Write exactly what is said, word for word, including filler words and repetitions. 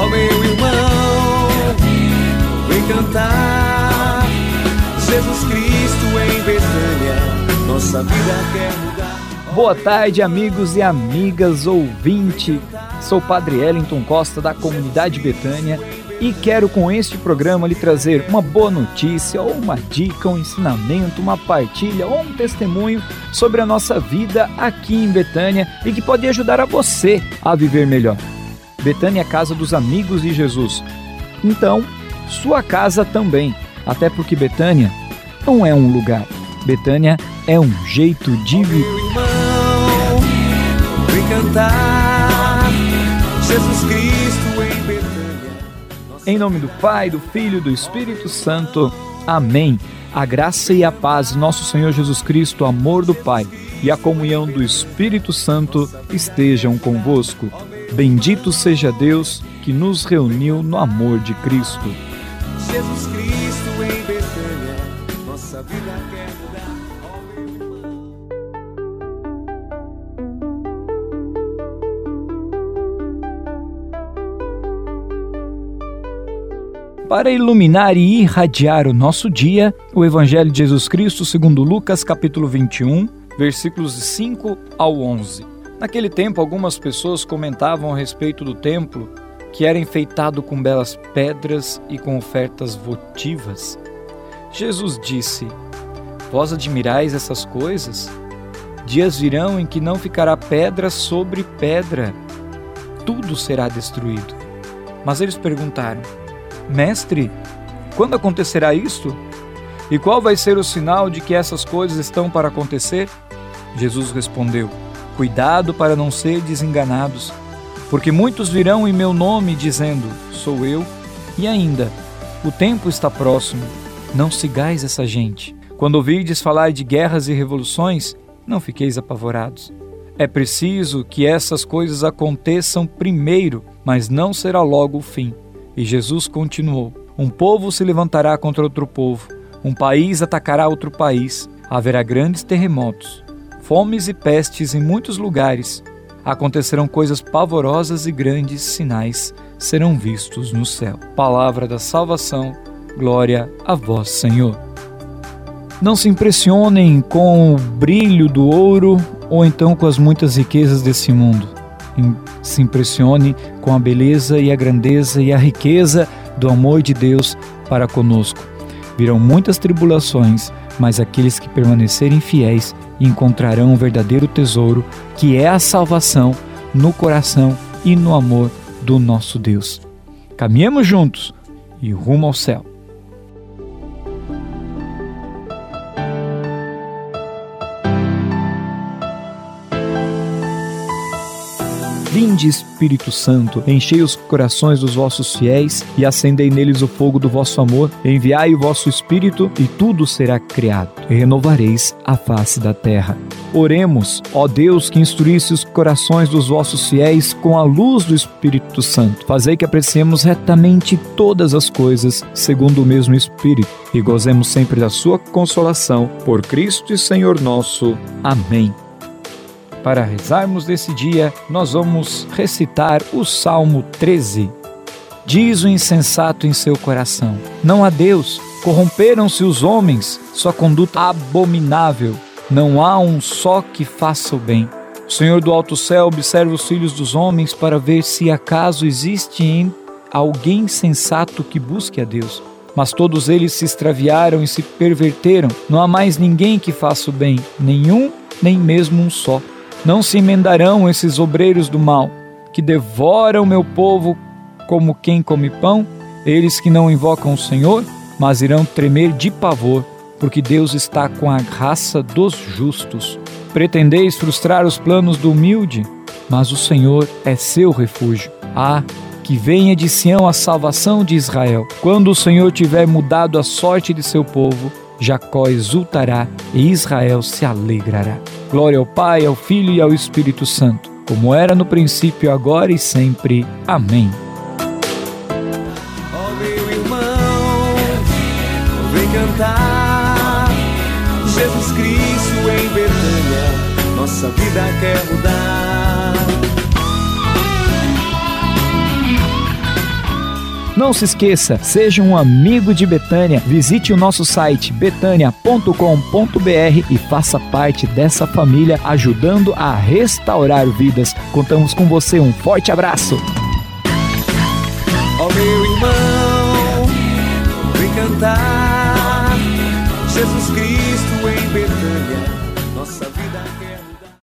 Ó meu irmão, vem cantar, Jesus Cristo em Betânia, nossa vida quer mudar. Boa tarde, amigos e amigas ouvintes. Sou o Padre Wellington Costa, da Comunidade Betânia, e quero com este programa lhe trazer uma boa notícia, ou uma dica, um ensinamento, uma partilha ou um testemunho sobre a nossa vida aqui em Betânia e que pode ajudar a você a viver melhor. Betânia é a casa dos amigos de Jesus. Então, sua casa também, até porque Betânia não é um lugar. Betânia é um jeito de viver. Meu irmão, vem cantar, Jesus Cristo em Betânia. Em nome do Pai, do Filho e do Espírito Santo. Amém. A graça e a paz, nosso Senhor Jesus Cristo, o amor do Pai e a comunhão do Espírito Santo estejam convosco. Bendito seja Deus que nos reuniu no amor de Cristo. Jesus Cristo em Betânia, nossa vida quer mudar. Para iluminar e irradiar o nosso dia, o Evangelho de Jesus Cristo segundo Lucas, capítulo vinte e um, versículos de cinco ao onze. Naquele tempo, algumas pessoas comentavam a respeito do templo, que era enfeitado com belas pedras e com ofertas votivas. Jesus disse: Vós admirais essas coisas? Dias virão em que não ficará pedra sobre pedra, tudo será destruído. Mas eles perguntaram: Mestre, quando acontecerá isto? E qual vai ser o sinal de que essas coisas estão para acontecer? Jesus respondeu: Cuidado para não serdes enganados, porque muitos virão em meu nome dizendo: Sou eu, e ainda: O tempo está próximo. Não sigais essa gente. Quando ouvirdes falar de guerras e revoluções, não fiqueis apavorados. É preciso que essas coisas aconteçam primeiro, mas não será logo o fim. E Jesus continuou: Um povo se levantará contra outro povo, um país atacará outro país, haverá grandes terremotos, fomes e pestes em muitos lugares, acontecerão coisas pavorosas e grandes sinais serão vistos no céu. Palavra da salvação, glória a vós, Senhor. Não se impressionem com o brilho do ouro ou então com as muitas riquezas desse mundo. Se impressione com a beleza e a grandeza e a riqueza do amor de Deus para conosco. Virão muitas tribulações, mas aqueles que permanecerem fiéis encontrarão o verdadeiro tesouro, que é a salvação no coração e no amor do nosso Deus. Caminhemos juntos e rumo ao céu. Vinde, Espírito Santo, enchei os corações dos vossos fiéis e acendei neles o fogo do vosso amor. Enviai o vosso Espírito e tudo será criado, e renovareis a face da terra. Oremos, ó Deus, que instruísse os corações dos vossos fiéis com a luz do Espírito Santo. Fazei que apreciemos retamente todas as coisas, segundo o mesmo Espírito, e gozemos sempre da sua consolação. Por Cristo e Senhor nosso. Amém. Para rezarmos desse dia, nós vamos recitar o Salmo treze. Diz o insensato em seu coração: Não há Deus, corromperam-se os homens, sua conduta abominável, não há um só que faça o bem. O Senhor do alto céu observa os filhos dos homens para ver se acaso existe em alguém sensato que busque a Deus. Mas todos eles se extraviaram e se perverteram, não há mais ninguém que faça o bem, nenhum, nem mesmo um só. Não se emendarão esses obreiros do mal, que devoram meu povo como quem come pão, eles que não invocam o Senhor, mas irão tremer de pavor, porque Deus está com a raça dos justos. Pretendeis frustrar os planos do humilde, mas o Senhor é seu refúgio. Ah, que venha de Sião a salvação de Israel. Quando o Senhor tiver mudado a sorte de seu povo, Jacó exultará e Israel se alegrará. Glória ao Pai, ao Filho e ao Espírito Santo, como era no princípio, agora e sempre. Amém. Ó meu irmão, vem cantar, Jesus Cristo em Betânia, nossa vida quer mudar. Não se esqueça, seja um amigo de Betânia. Visite o nosso site betânia ponto com ponto br e faça parte dessa família, ajudando a restaurar vidas. Contamos com você. Um forte abraço. Ó meu irmão, vem cantar Jesus Cristo em Betânia, nossa vida quer